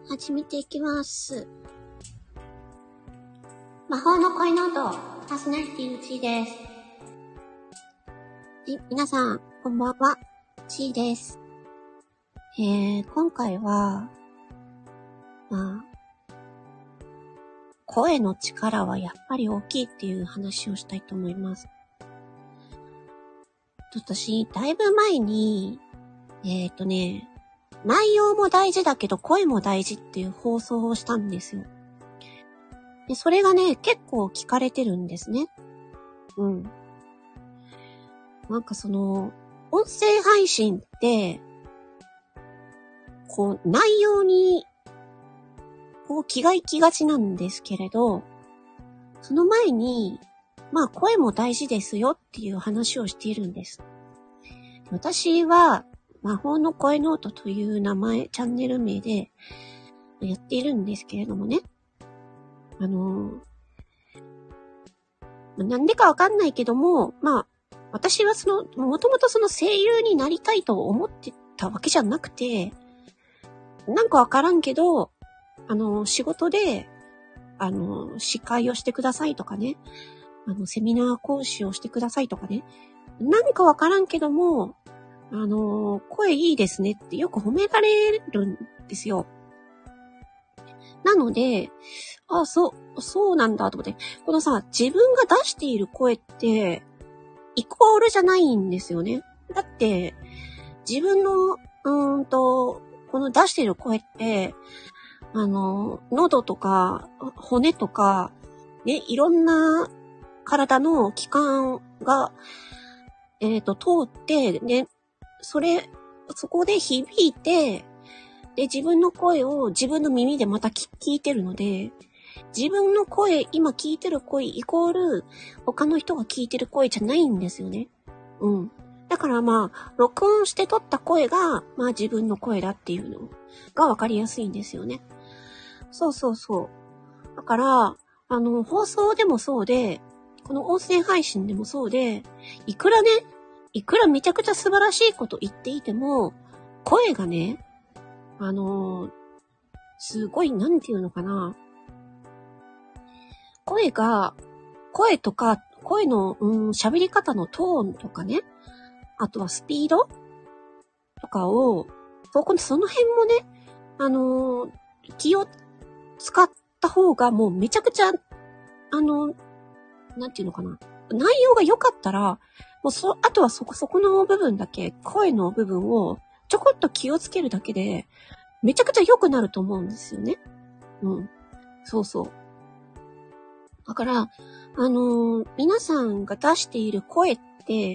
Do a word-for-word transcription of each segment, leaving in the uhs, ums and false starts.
始めていきます。魔法の恋ノート、パーソナリティのちーです。はい、皆さん、こんばんは。ちーです。えー、今回は、まあ、声の力はやっぱり大きいっていう話をしたいと思います。私、だいぶ前に、えーとね、内容も大事だけど声も大事っていう放送をしたんですよ。で、それがね、結構聞かれてるんですね。うん。なんかその、音声配信って、こう、内容に、こう気が行きがちなんですけれど、その前に、まあ声も大事ですよっていう話をしているんです。私は、魔法の声ノートという名前、チャンネル名でやっているんですけれどもね。あのー、なんでかわかんないけども、まあ、私はその、もともとその声優になりたいと思ってたわけじゃなくて、なんかわからんけど、あのー、仕事で、あのー、司会をしてくださいとかね、あの、セミナー講師をしてくださいとかね、なんかわからんけども、あのー、声いいですねってよく褒められるんですよ。なので、あ、そう、そうなんだと思って、このさ、自分が出している声って、イコールじゃないんですよね。だって、自分の、うーんと、この出している声って、あの、喉とか、骨とか、ね、いろんな体の器官が、えっと、通って、ね、それ、そこで響いて、で、自分の声を自分の耳でまた聞いてるので、自分の声、今聞いてる声イコール、他の人が聞いてる声じゃないんですよね。うん。だからまあ、録音して撮った声が、まあ自分の声だっていうのがわかりやすいんですよね。そうそうそう。だから、あの、放送でもそうで、この音声配信でもそうで、いくらね、いくらめちゃくちゃ素晴らしいこと言っていても、声がね、あのー、すごい、なんていうのかな。声が、声とか、声の、うん、喋り方のトーンとかね。あとはスピードとかを、そこ、その辺もね、あのー、気を使った方がもうめちゃくちゃ、あのー、なんていうのかな。内容が良かったら、もうそ、あとはそこそこの部分だけ、声の部分をちょこっと気をつけるだけで、めちゃくちゃ良くなると思うんですよね。うん。そうそう。だから、あのー、皆さんが出している声って、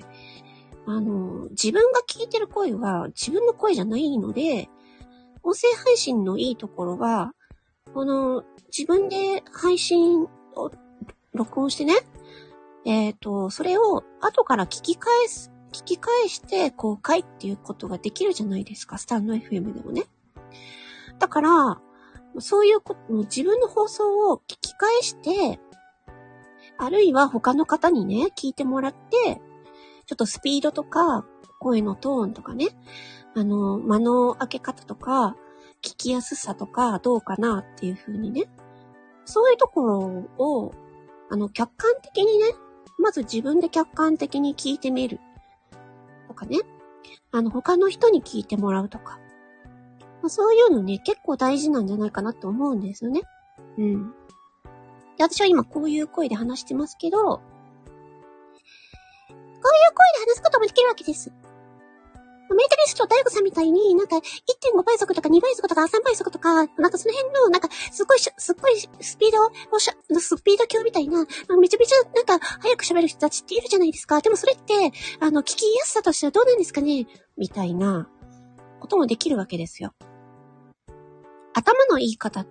あのー、自分が聞いてる声は自分の声じゃないので、音声配信のいいところは、この、自分で配信を録音してね、えっと、それを後から聞き返す、聞き返して公開っていうことができるじゃないですか、スタンド エフエム でもね。だから、そういうこと、自分の放送を聞き返して、あるいは他の方にね、聞いてもらって、ちょっとスピードとか、声のトーンとかね、あの、間の開け方とか、聞きやすさとか、どうかなっていう風にね、そういうところを、あの、客観的にね、まず自分で客観的に聞いてみる。とかね、あの、他の人に聞いてもらうとか。まあ、そういうのね、結構大事なんじゃないかなって思うんですよね。うん。で、私は今こういう声で話してますけど、こういう声で話すこともできるわけです。メンタリスト大悟さんみたいになんか いってんご 倍速とかにばい速とかさんばい速とか、なんかその辺のなんかすごい、すっごいスピードをしゃ、スピード強みたいな、めちゃめちゃなんか早く喋る人たちっているじゃないですか。でもそれって、あの、聞きやすさとしてはどうなんですかねみたいなこともできるわけですよ。頭の言い方って、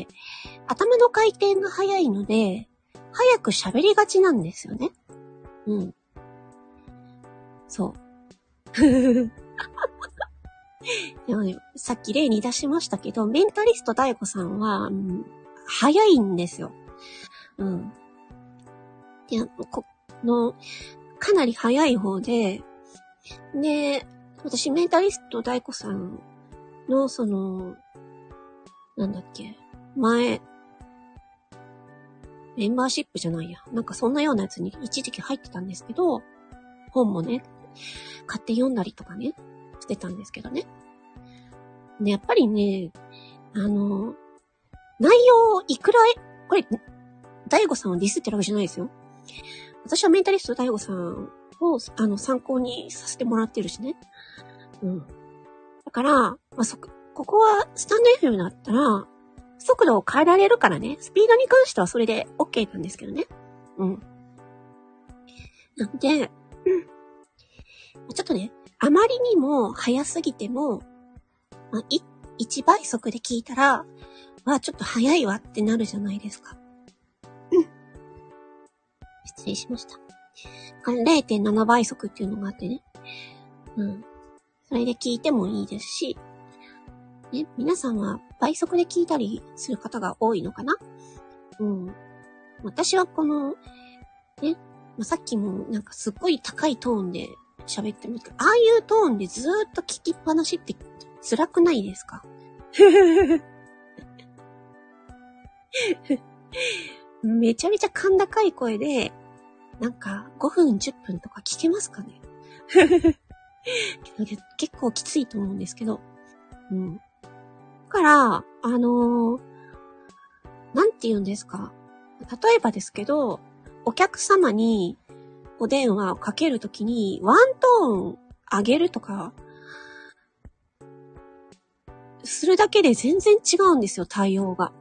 頭の回転が早いので、早く喋りがちなんですよね。うん。そう。でもね、さっき例に出しましたけど、メンタリスト大悟さんは、うん、早いんですよ。うん。で、この、かなり早い方で、で、私メンタリスト大悟さんの、その、 なんだっけ、前、メンバーシップじゃないや。なんかそんなようなやつに一時期入ってたんですけど、本もね、買って読んだりとかね、してたんですけどね。で、やっぱりね、あの、内容いくら、これ、大悟さんをディスってるわけじゃないですよ。私はメンタリスト大悟さんを、あの、参考にさせてもらってるしね。うん。だから、まあ、そ、ここはスタンド エフエム だったら、速度を変えられるからね、スピードに関してはそれで OK なんですけどね。うん。なんで、うん、ちょっとね、あまりにも速すぎても、まあ、い、いちばい速で聞いたら、まあちょっと速いわってなるじゃないですか。うん。失礼しました。れいてんななばい速っていうのがあってね。うん。それで聞いてもいいですし、ね、皆さんは倍速で聞いたりする方が多いのかな？うん。私はこの、ね、まあ、さっきもなんかすっごい高いトーンで喋ってますけど、ああいうトーンでずーっと聞きっぱなしって辛くないですか？めちゃめちゃ甲高い声で、なんかごふんじゅっぷんとか聞けますかね？結構きついと思うんですけど。うん。だから、あのー、なんて言うんですか。例えばですけど、お客様にお電話をかけるときにワントーン上げるとか、するだけで全然違うんですよ、対応が。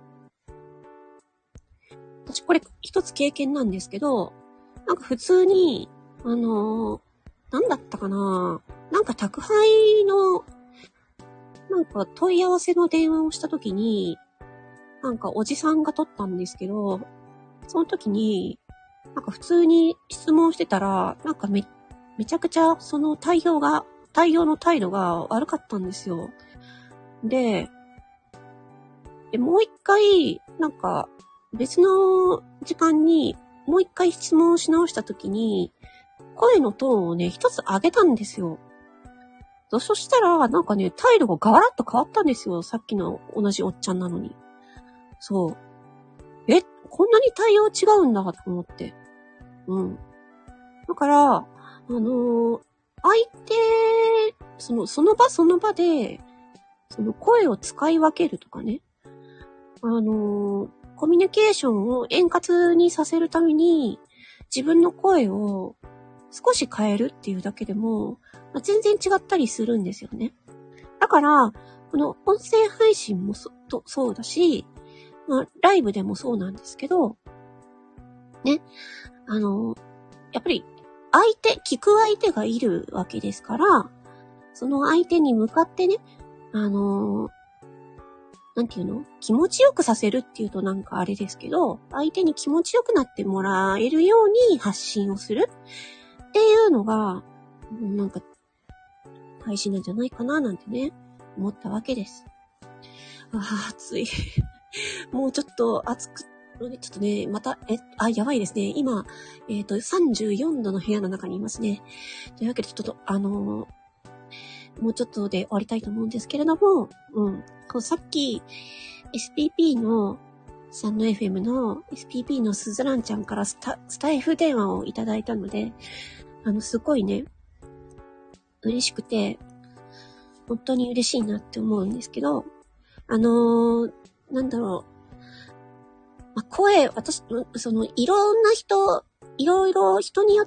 私これ一つ経験なんですけど、なんか普通に、あのー、なんだったかな、なんか宅配の、なんか問い合わせの電話をしたときに、なんかおじさんが取ったんですけど、その時に、なんか普通に質問してたら、なんかめ、めちゃくちゃその対応が、対応の態度が悪かったんですよ。で、でもう一回、なんか別の時間にもう一回質問し直した時に、声のトーンをね、一つ上げたんですよ。そしたら、なんかね、態度がガラッと変わったんですよ。さっきの同じおっちゃんなのに。そう。え、こんなに対応違うんだと思って。うん。だから、あのー、相手、その、その場その場で、その声を使い分けるとかね。あのー、コミュニケーションを円滑にさせるために、自分の声を少し変えるっていうだけでも、まあ、全然違ったりするんですよね。だから、この音声配信も そ, とそうだし、まあ、ライブでもそうなんですけど、ね、あの、やっぱり、相手、聞く相手がいるわけですから、その相手に向かってね、あの、なんていうの？気持ちよくさせるっていうとなんかあれですけど、相手に気持ちよくなってもらえるように発信をするっていうのが、なんか、大事なんじゃないかななんてね、思ったわけです。ああ、暑い。もうちょっと暑く、ちょっとね、また、え、あ、やばいですね。今、えっと、さんじゅうよんどの部屋の中にいますね。というわけで、ちょっと、あのー、もうちょっとで終わりたいと思うんですけれども、うん。こうさっき、エスピーピー の、スタンド エフエム の エスピーピー のすずらんちゃんからスタ、スタイフ電話をいただいたので、あの、すごいね、嬉しくて、本当に嬉しいなって思うんですけど、あのー、なんだろう。まあ、声、私、その、いろんな人、いろいろ人によって、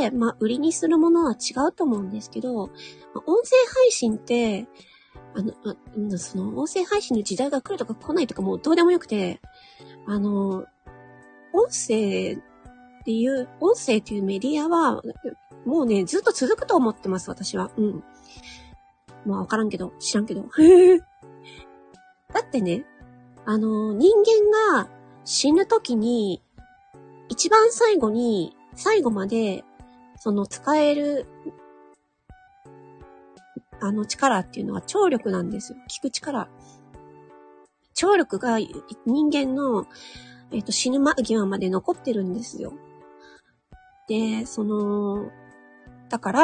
まあ、売りにするものは違うと思うんですけど、まあ、音声配信って、あの、ま、その、音声配信の時代が来るとか来ないとかもうどうでもよくて、あの、音声っていう、音声っていうメディアは、もうね、ずっと続くと思ってます、私は。うん。まあ、わからんけど、知らんけど。だってね、あの、人間が死ぬときに、一番最後に、最後まで、その使える、あの力っていうのは聴力なんですよ。聞く力。聴力が人間の、えっと、死ぬ間際まで残ってるんですよ。で、その、だから、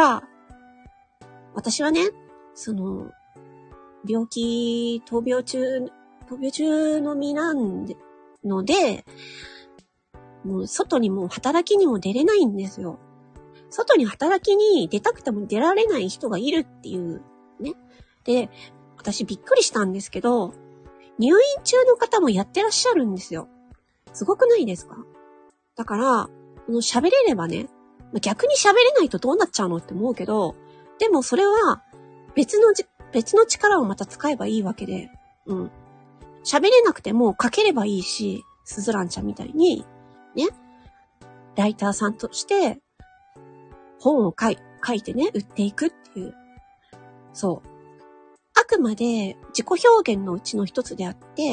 私はね、その、病気、闘病中百病中の身なんで、ので、もう外にも働きにも出れないんですよ。外に働きに出たくても出られない人がいるっていうね。で、私びっくりしたんですけど、入院中の方もやってらっしゃるんですよ。すごくないですか？だから、この喋れればね、逆に喋れないとどうなっちゃうのって思うけど、でもそれは別のじ、別の力をまた使えばいいわけで、うん。喋れなくても書ければいいし、すずらんちゃんみたいに、ね、ライターさんとして本を書い、書いてね、売っていくっていう。そう。あくまで自己表現のうちの一つであって、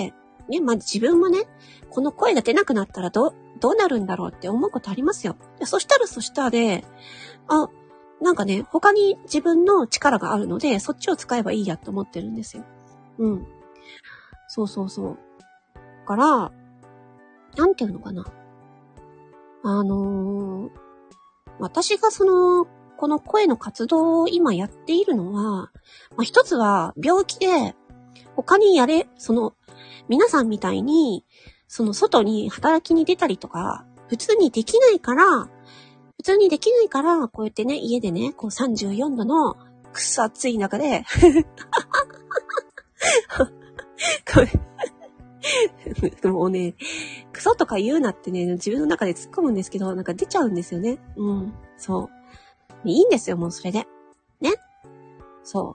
ね、まあ、自分もね、この声が出なくなったらどう、どうなるんだろうって思うことありますよ。でそしたらそしたで、あ、なんかね、他に自分の力があるので、そっちを使えばいいやと思ってるんですよ。うん。そうそうそう。だから、なんていうのかな。あのー、私がその、この声の活動を今やっているのは、まあ、一つは病気で、他にやれ、その、皆さんみたいに、その外に働きに出たりとか、普通にできないから、普通にできないから、こうやってね、家でね、こうさんじゅうよんどのくっそ暑い中で、もうね、クソとか言うなってね、自分の中で突っ込むんですけど、なんか出ちゃうんですよね。うん、そう。いいんですよ、もうそれで。ね。そう。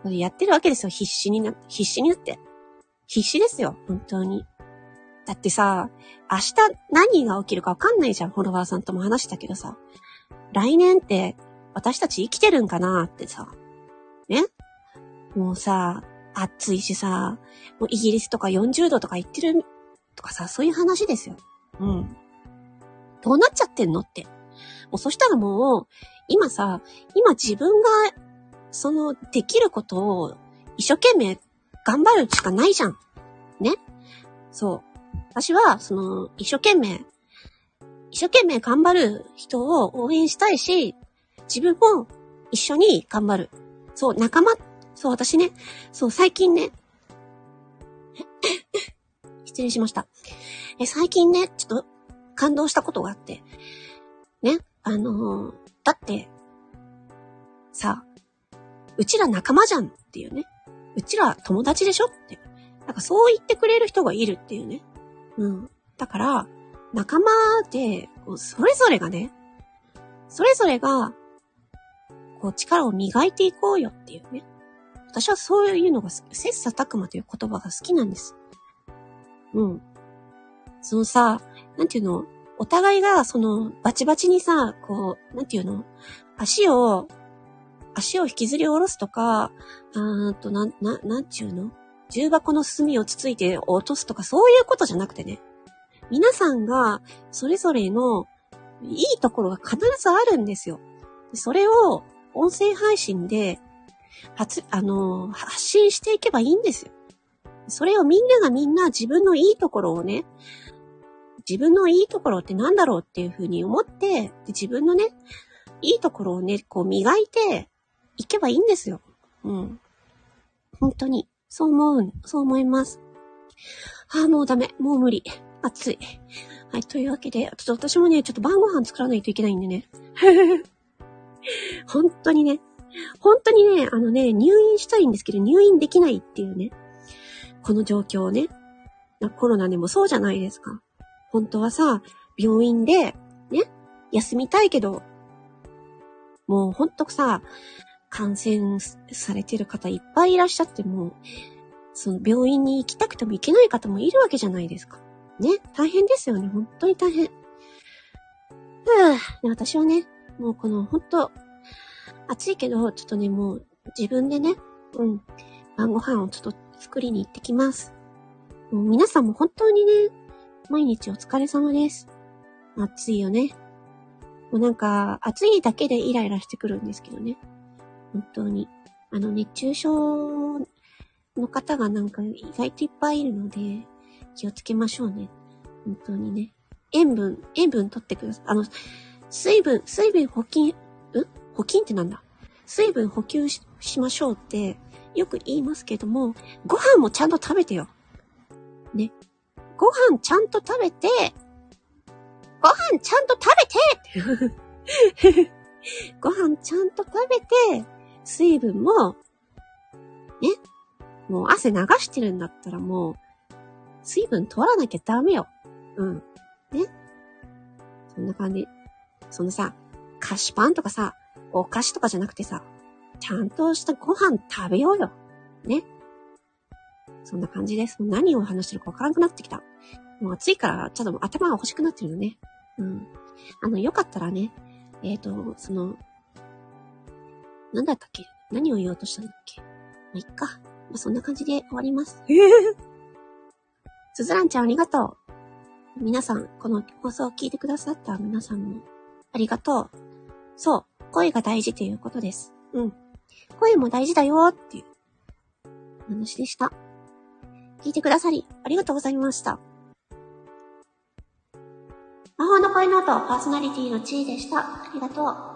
やってるわけですよ、必死になって、必死になって。必死ですよ、本当に。だってさ、明日何が起きるかわかんないじゃん、フォロワーさんとも話したけどさ。来年って私たち生きてるんかなってさ。ね？もうさ、暑いしさ、もうイギリスとかよんじゅうどとか言ってるとかさ、そういう話ですよ。うん。どうなっちゃってんのって。もうそしたらもう、今さ、今自分が、その、できることを一生懸命頑張るしかないじゃん。ね？そう。私は、その、一生懸命、一生懸命頑張る人を応援したいし、自分も一緒に頑張る。そう、仲間、そう、私ね、そう、最近ね、失礼しました。え、最近ね、ちょっと感動したことがあって、ね、あのー、だって、さ、うちら仲間じゃんっていうね。うちら友達でしょって。なんかそう言ってくれる人がいるっていうね。うん。だから、仲間で、それぞれがね、それぞれが、こう力を磨いていこうよっていうね。私はそういうのが、切磋琢磨という言葉が好きなんです。うん。そのさ、なんていうの、お互いが、その、バチバチにさ、こう、なんていうの、足を、足を引きずり下ろすとか、あーと、なん、な、なんちゅうの？重箱の隅をつついて落とすとか、そういうことじゃなくてね。皆さんが、それぞれの、いいところが必ずあるんですよ。それを、音声配信で、発、あの、発信していけばいいんですよ。それをみんながみんな自分のいいところをね、自分のいいところってなんだろうっていうふうに思って、で自分のね、いいところをね、こう磨いていけばいいんですよ。うん。本当に。そう思う、そう思います。ああ、もうダメ。もう無理。暑い。はい、というわけで、ちょっと私もね、ちょっと晩ご飯作らないといけないんでね。本当にね、本当にね、あのね、入院したいんですけど、入院できないっていうね、この状況をね、コロナでもそうじゃないですか。本当はさ、病院で、ね、休みたいけど、もうほんとさ、感染されてる方いっぱいいらっしゃっても、その病院に行きたくても行けない方もいるわけじゃないですか。ね、大変ですよね。本当に大変。ふぅ、私はね、もうこの本当暑いけど、ちょっとね、もう自分でね、うん、晩ご飯をちょっと作りに行ってきます。もう皆さんも本当にね、毎日お疲れ様です。暑いよね。もうなんか、暑いだけでイライラしてくるんですけどね。本当に。あの、熱中症の方がなんか意外といっぱいいるので、気をつけましょうね。本当にね。塩分、塩分取ってください。あの、水分、水分補給、ん補給ってなんだ？水分補給 し, しましょうってよく言いますけども、ご飯もちゃんと食べてよ。ね。ご飯ちゃんと食べて、ご飯ちゃんと食べてご飯ちゃんと食べて、水分も、ね。もう汗流してるんだったらもう、水分取らなきゃダメよ。うん。ね。そんな感じ。そのさ、菓子パンとかさ、お菓子とかじゃなくてさ、ちゃんとしたご飯食べようよ。ね。そんな感じです。もう何を話してるかわからなくなってきた。もう暑いから、ちょっと頭が欲しくなってるよね。うん。あの、よかったらね、えっと、その、なんだったっけ？何を言おうとしたんだっけ？まあ、いっか。まあ、そんな感じで終わります。すずらんちゃんありがとう。皆さん、この放送を聞いてくださった皆さんも、ありがとう。そう、声が大事ということです。うん。声も大事だよっていう話でした。聞いてくださり、ありがとうございました。魔法の声の音、パーソナリティのちーでした。ありがとう。